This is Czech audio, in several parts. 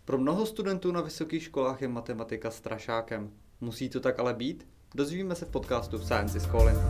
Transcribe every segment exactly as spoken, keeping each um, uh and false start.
Pro mnoho studentů na vysokých školách je matematika strašákem. Musí to tak ale být? Dozvíme se v podcastu Science is Calling.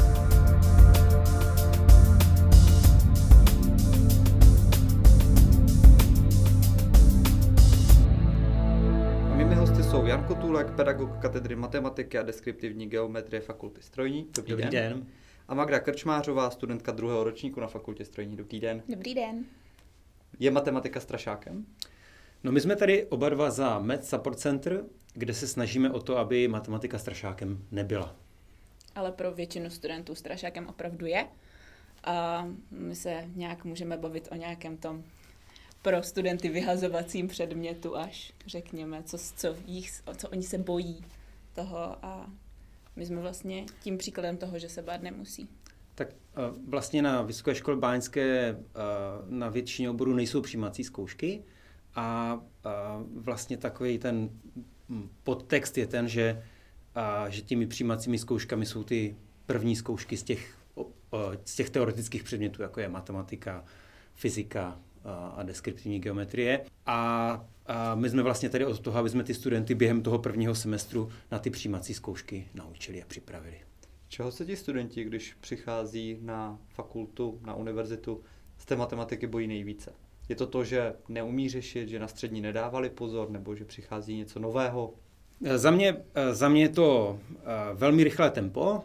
A mými hosty jsou Jan Kotůlek, pedagog katedry matematiky a deskriptivní geometrie Fakulty strojní. Dobrý, Dobrý den. den. A Magda Krčmářová, studentka druhého ročníku na Fakultě strojní. Dobrý den. Dobrý den. Je matematika strašákem? No my jsme tady oba dva za Math Support Center, kde se snažíme o to, aby matematika strašákem nebyla. Ale pro většinu studentů strašákem opravdu je. A my se nějak můžeme bavit o nějakém tom pro studenty vyhazovacím předmětu až, řekněme, co, co, jich, co oni se bojí toho. A my jsme vlastně tím příkladem toho, že se bát nemusí. Tak vlastně na Vysoké škole báňské na většině oborů nejsou přijímací zkoušky a vlastně takový ten podtext je ten, že, že těmi přijímacími zkouškami jsou ty první zkoušky z těch, z těch teoretických předmětů, jako je matematika, fyzika a deskriptivní geometrie. A, a my jsme vlastně tady od toho, aby jsme ty studenty během toho prvního semestru na ty přijímací zkoušky naučili a připravili. Čeho se ti studenti, když přichází na fakultu, na univerzitu, z té matematiky bojí nejvíce? Je to to, že neumí řešit, že na střední nedávali pozor, nebo že přichází něco nového? Za mě, za mě je to velmi rychlé tempo,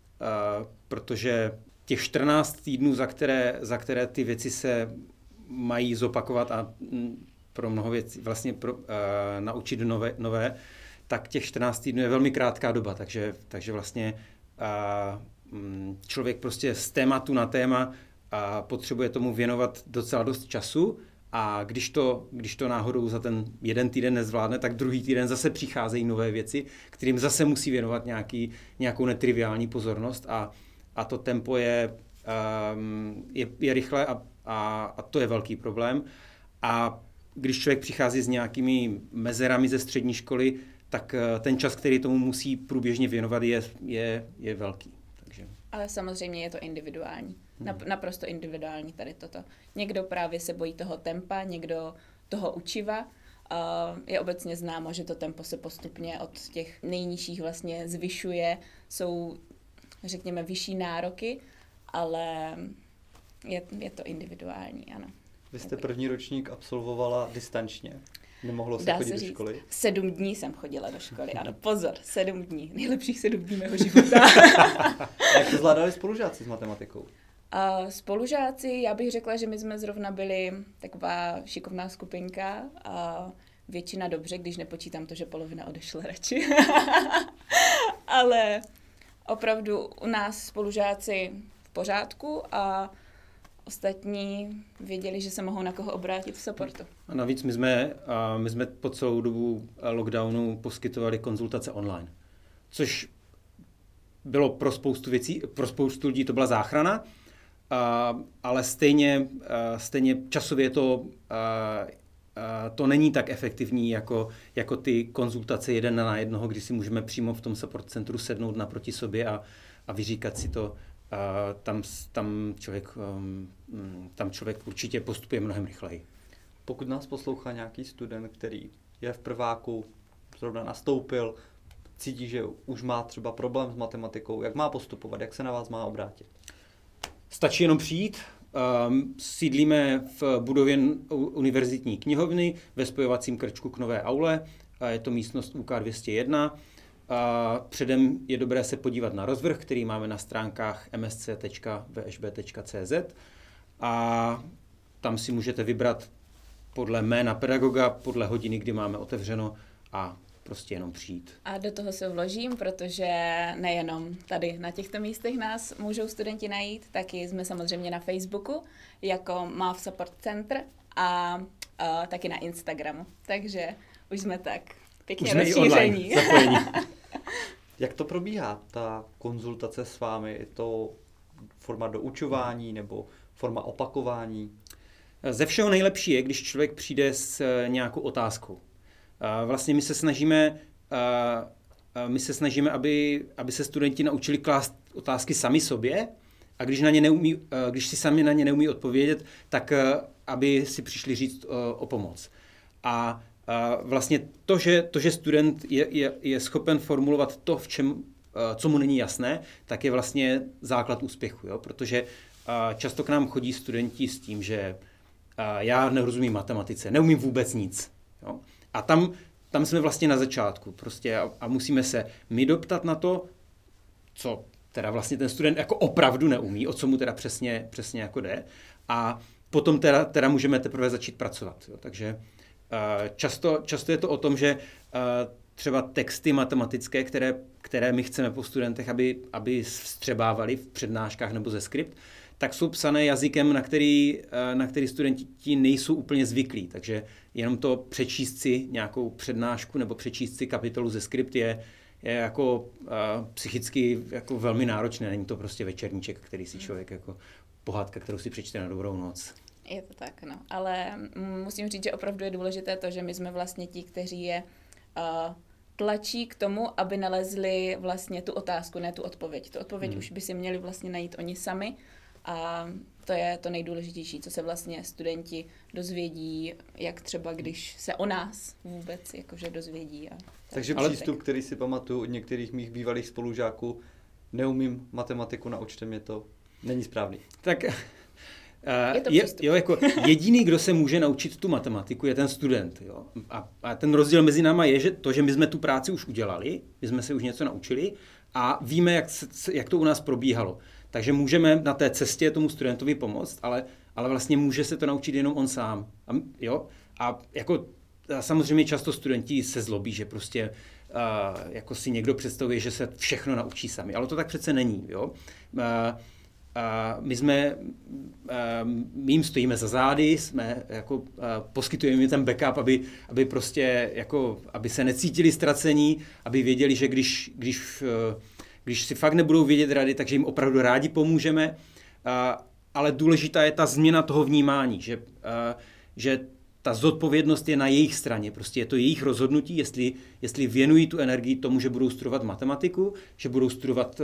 protože těch čtrnáct týdnů, za které, za které ty věci se mají zopakovat a pro mnoho věcí vlastně pro, uh, naučit nové, nové, tak těch čtrnáct týdnů je velmi krátká doba, takže, takže vlastně uh, člověk prostě z tématu na téma uh, potřebuje tomu věnovat docela dost času a když to, když to náhodou za ten jeden týden nezvládne, tak druhý týden zase přicházejí nové věci, kterým zase musí věnovat nějaký, nějakou netriviální pozornost a, a to tempo je, um, je, je rychlé a, a, a to je velký problém. A když člověk přichází s nějakými mezerami ze střední školy, tak ten čas, který tomu musí průběžně věnovat, je, je, je velký. Takže. Ale samozřejmě je to individuální. Hmm. Naprosto individuální tady toto. Někdo právě se bojí toho tempa, někdo toho učiva. Je obecně známo, že to tempo se postupně od těch nejnižších vlastně zvyšuje. Jsou, řekněme, vyšší nároky, ale je, je to individuální, ano. Vy jste první ročník absolvovala distančně. Nemohlo se Dá chodit se do říct. školy? Sedm dní jsem chodila do školy, ano, pozor, sedm dní. Nejlepších sedm dní mého života. Jak to zvládali spolužáci s matematikou? A spolužáci, já bych řekla, že my jsme zrovna byli taková šikovná skupinka a většina dobře, když nepočítám to, že polovina odešla radši. Ale opravdu u nás spolužáci v pořádku a ostatní věděli, že se mohou na koho obrátit v supportu. A navíc my jsme, my jsme po celou dobu lockdownu poskytovali konzultace online, což bylo pro spoustu věcí, pro spoustu lidí to byla záchrana, ale stejně, stejně časově to, to není tak efektivní jako, jako ty konzultace jeden na jednoho, kdy si můžeme přímo v tom support centru sednout naproti sobě a, a vyříkat si to. Uh, tam, tam, člověk, um, tam člověk určitě postupuje mnohem rychleji. Pokud nás poslouchá nějaký student, který je v prváku, zrovna nastoupil, cítí, že už má třeba problém s matematikou, jak má postupovat, jak se na vás má obrátit? Stačí jenom přijít. Um, sídlíme v budově univerzitní knihovny ve spojovacím krčku k nové aule. Je to místnost U K dvě stě jedna. A předem je dobré se podívat na rozvrh, který máme na stránkách m s c tečka v š b tečka c z a tam si můžete vybrat podle jména pedagoga, podle hodiny, kdy máme otevřeno a prostě jenom přijít. A do toho se vložím, protože nejenom tady na těchto místech nás můžou studenti najít, taky jsme samozřejmě na Facebooku jako Math Support Center a, a taky na Instagramu, takže už jsme tak pěkně rozšíření. Jak to probíhá, ta konzultace s vámi? Je to forma doučování nebo forma opakování? Ze všeho nejlepší je, když člověk přijde s nějakou otázkou. Vlastně my se snažíme, my se snažíme, aby, aby se studenti naučili klást otázky sami sobě a když, na ně neumí, když si sami na ně neumí odpovědět, tak aby si přišli říct o pomoc. A A vlastně to, že, to, že student je, je, je schopen formulovat to, v čem, co mu není jasné, tak je vlastně základ úspěchu, jo? Protože často k nám chodí studenti s tím, že já nerozumím matematice, neumím vůbec nic. Jo? A tam, tam jsme vlastně na začátku prostě a, a musíme se my doptat na to, co teda vlastně ten student jako opravdu neumí, o co mu teda přesně, přesně jako jde. A potom teda, teda můžeme teprve začít pracovat. Jo? Takže uh, často, často je to o tom, že uh, třeba texty matematické, které, které my chceme po studentech, aby, aby vstřebávali v přednáškách nebo ze skript, tak jsou psané jazykem, na který, uh, na který studenti nejsou úplně zvyklí. Takže jenom to přečíst si nějakou přednášku nebo přečíst si kapitolu ze skript je je jako uh, psychicky jako velmi náročné. Není to prostě večerníček, který si člověk jako pohádka, kterou si přečte na dobrou noc. Je to tak, no. Ale musím říct, že opravdu je důležité to, že my jsme vlastně ti, kteří je uh, tlačí k tomu, aby nalezli vlastně tu otázku, ne tu odpověď. Tu odpověď hmm. už by si měli vlastně najít oni sami a to je to nejdůležitější, co se vlastně studenti dozvědí, jak třeba když se o nás vůbec jakože dozvědí. A Takže ale přístup, který si pamatuju od některých mých bývalých spolužáků, neumím matematiku, naučte mě to, není správný. Tak je to je, jo, jako jediný, kdo se může naučit tu matematiku, je ten student. Jo? A, a ten rozdíl mezi náma je, že to, že my jsme tu práci už udělali, my jsme se už něco naučili a víme, jak, se, jak to u nás probíhalo. Takže můžeme na té cestě tomu studentovi pomoct, ale, ale vlastně může se to naučit jenom on sám. A, jo? a jako a samozřejmě často studenti se zlobí, že prostě uh, jako si někdo představuje, že se všechno naučí sami, ale to tak přece není. Jo? Uh, A my jsme, my jim stojíme za zády, jsme jako, poskytujeme jim ten backup, aby, aby prostě jako, aby se necítili ztracení, aby věděli, že když, když, když si fakt nebudou vědět rady, takže jim opravdu rádi pomůžeme. Ale důležitá je ta změna toho vnímání, že, že ta zodpovědnost je na jejich straně, prostě je to jejich rozhodnutí, jestli, jestli věnují tu energii tomu, že budou studovat matematiku, že budou studovat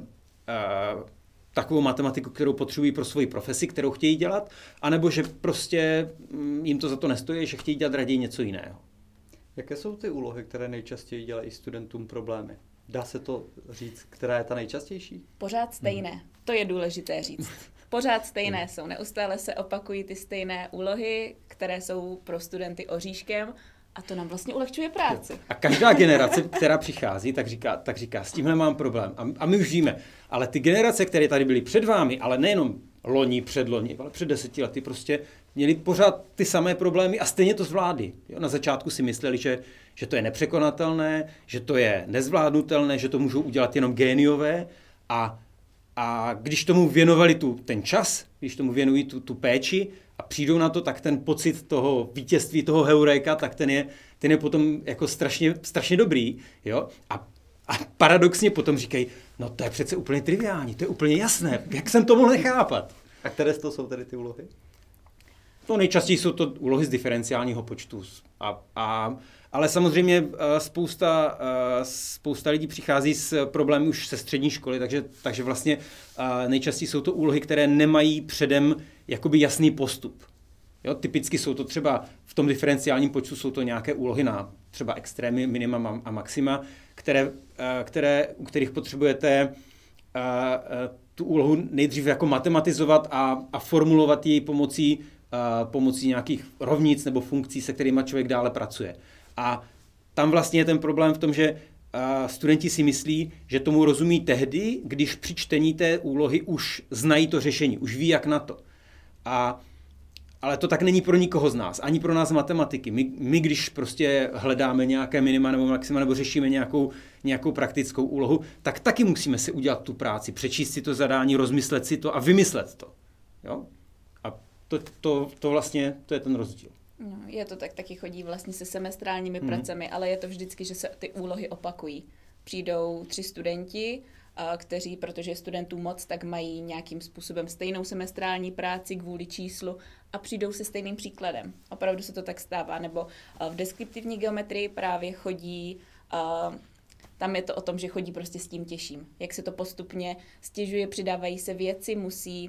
takovou matematiku, kterou potřebují pro svoji profesi, kterou chtějí dělat, anebo že prostě jim to za to nestojí, že chtějí dělat raději něco jiného. Jaké jsou ty úlohy, které nejčastěji dělají studentům problémy? Dá se to říct, která je ta nejčastější? Pořád stejné. Hmm. To je důležité říct. Pořád stejné hmm. jsou. Neustále se opakují ty stejné úlohy, které jsou pro studenty oříškem, a to nám vlastně ulehčuje práci. A každá generace, která přichází, tak říká, tak říká, s tímhle mám problém. A, a my už víme. Ale ty generace, které tady byly před vámi, ale nejenom loni, předloni, ale před deseti lety, prostě měli pořád ty samé problémy a stejně to zvládli. Jo, na začátku si mysleli, že, že to je nepřekonatelné, že to je nezvládnutelné, že to můžou udělat jenom géniové. A, a když tomu věnovali tu, ten čas, když tomu věnují tu, tu péči, a přijdou na to, tak ten pocit toho vítězství, toho heuréka, tak ten je, ten je potom jako strašně, strašně dobrý. Jo? A, a paradoxně potom říkají, no to je přece úplně triviální, to je úplně jasné, jak jsem to mohl nechápat. A které to jsou tedy ty úlohy? No nejčastěji jsou to úlohy z diferenciálního počtu. A, a, ale samozřejmě spousta, spousta lidí přichází s problémy už se střední školy, takže, takže vlastně nejčastěji jsou to úlohy, které nemají předem jakoby jasný postup. Jo, typicky jsou to třeba v tom diferenciálním počtu jsou to nějaké úlohy na třeba extrémy, minima a maxima, které, které, u kterých potřebujete tu úlohu nejdřív jako matematizovat a, a formulovat ji pomocí, pomocí nějakých rovnic nebo funkcí, se kterými člověk dále pracuje. A tam vlastně je ten problém v tom, že studenti si myslí, že tomu rozumí tehdy, když při čtení té úlohy už znají to řešení, už ví, jak na to. A, ale to tak není pro nikoho z nás, ani pro nás matematiky. My, my když prostě hledáme nějaké minima nebo maxima nebo řešíme nějakou, nějakou praktickou úlohu, tak taky musíme si udělat tu práci, přečíst si to zadání, rozmyslet si to a vymyslet to. Jo? A to, to, to vlastně to je ten rozdíl. No, je to tak, taky chodí vlastně se semestrálními hmm. pracemi, ale je to vždycky, že se ty úlohy opakují. Přijdou tři studenti, kteří, protože je studentů moc, tak mají nějakým způsobem stejnou semestrální práci kvůli číslu a přijdou se stejným příkladem. Opravdu se to tak stává. Nebo v deskriptivní geometrii právě chodí, tam je to o tom, že chodí prostě s tím těžším. Jak se to postupně stěžuje, přidávají se věci, musí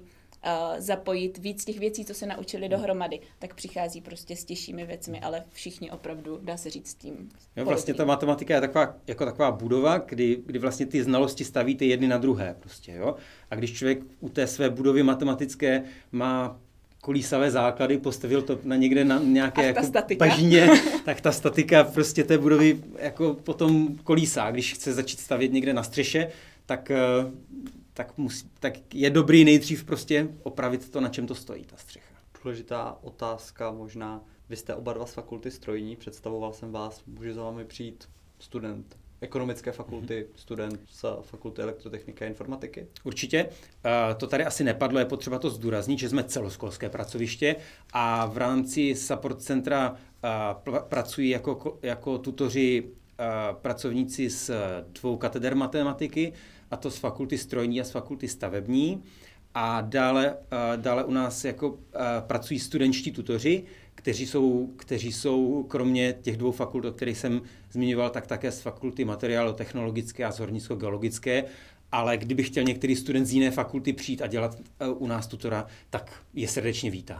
uh, zapojit víc těch věcí, co se naučili dohromady, tak přichází prostě s těžšími věcmi, ale všichni opravdu, dá se říct, s tím. Jo, vlastně ta matematika je taková, jako taková budova, kdy, kdy vlastně ty znalosti stavíte jedny na druhé. Prostě, jo? A když člověk u té své budovy matematické má kolísavé základy, postavil to na někde na nějaké jako pažině, tak ta statika prostě té budovy jako potom kolísá. Když chce začít stavět někde na střeše, tak, tak, musí, tak je dobrý nejdřív prostě opravit to, na čem to stojí, ta střecha. Důležitá otázka možná. Vy jste oba dva z fakulty strojní, představoval jsem vás, může za vámi přijít student ekonomické fakulty, mm-hmm. student z fakulty elektrotechniky a informatiky? Určitě. To tady asi nepadlo, je potřeba to zdůraznit, že jsme celoškolské pracoviště a v rámci support centra pracují jako, jako tutoři pracovníci z dvou kateder matematiky, a to z fakulty strojní a z fakulty stavební. A dále, dále u nás jako pracují studentští tutoři, kteří jsou, kteří jsou kromě těch dvou fakult, o kterých jsem zmiňoval, tak také z fakulty materiálotechnologické a z hornicko-geologické. Ale kdyby chtěl některý student z jiné fakulty přijít a dělat u nás tutora, tak je srdečně vítán.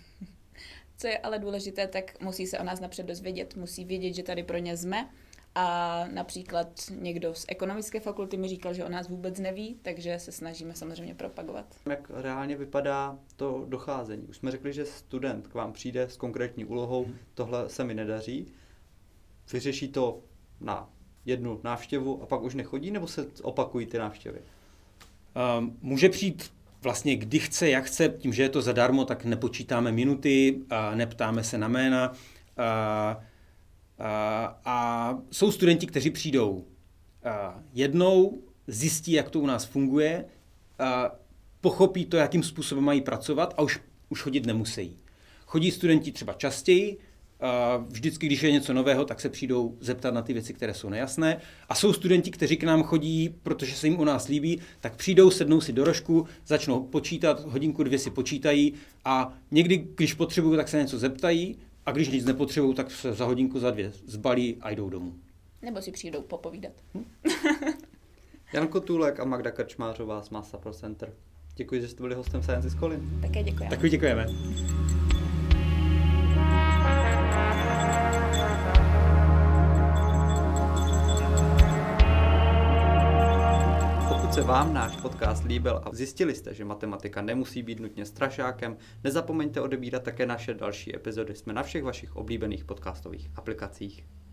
Co je ale důležité, tak musí se o nás napřed dozvědět, musí vědět, že tady pro ně jsme. A například někdo z ekonomické fakulty mi říkal, že o nás vůbec neví, takže se snažíme samozřejmě propagovat. Jak reálně vypadá to docházení? Už jsme řekli, že student k vám přijde s konkrétní úlohou, tohle se mi nedaří. Vyřeší to na jednu návštěvu a pak už nechodí, nebo se opakují ty návštěvy? Um, může přijít vlastně kdy chce, jak chce, tím, že je to zadarmo, tak nepočítáme minuty, a neptáme se na jména. A A, a jsou studenti, kteří přijdou a jednou, zjistí, jak to u nás funguje, a pochopí to, jakým způsobem mají pracovat a už, už chodit nemusí. Chodí studenti třeba častěji, a vždycky, když je něco nového, tak se přijdou zeptat na ty věci, které jsou nejasné. A jsou studenti, kteří k nám chodí, protože se jim u nás líbí, tak přijdou, sednou si do rožku, začnou počítat, hodinku, dvě si počítají a někdy, když potřebují, tak se něco zeptají. A když nic nepotřebují, tak se za hodinku, za dvě zbalí a jdou domů. Nebo si přijdou popovídat. Hm? Jan Kotůlek a Magda Krčmářová z Masa Pro Center. Děkuji, že jste byli hostem Science is Calling. Také děkujeme. Taky děkujeme. Pokud se vám náš podcast líbil a zjistili jste, že matematika nemusí být nutně strašákem, nezapomeňte odebírat také naše další epizody. Jsme na všech vašich oblíbených podcastových aplikacích.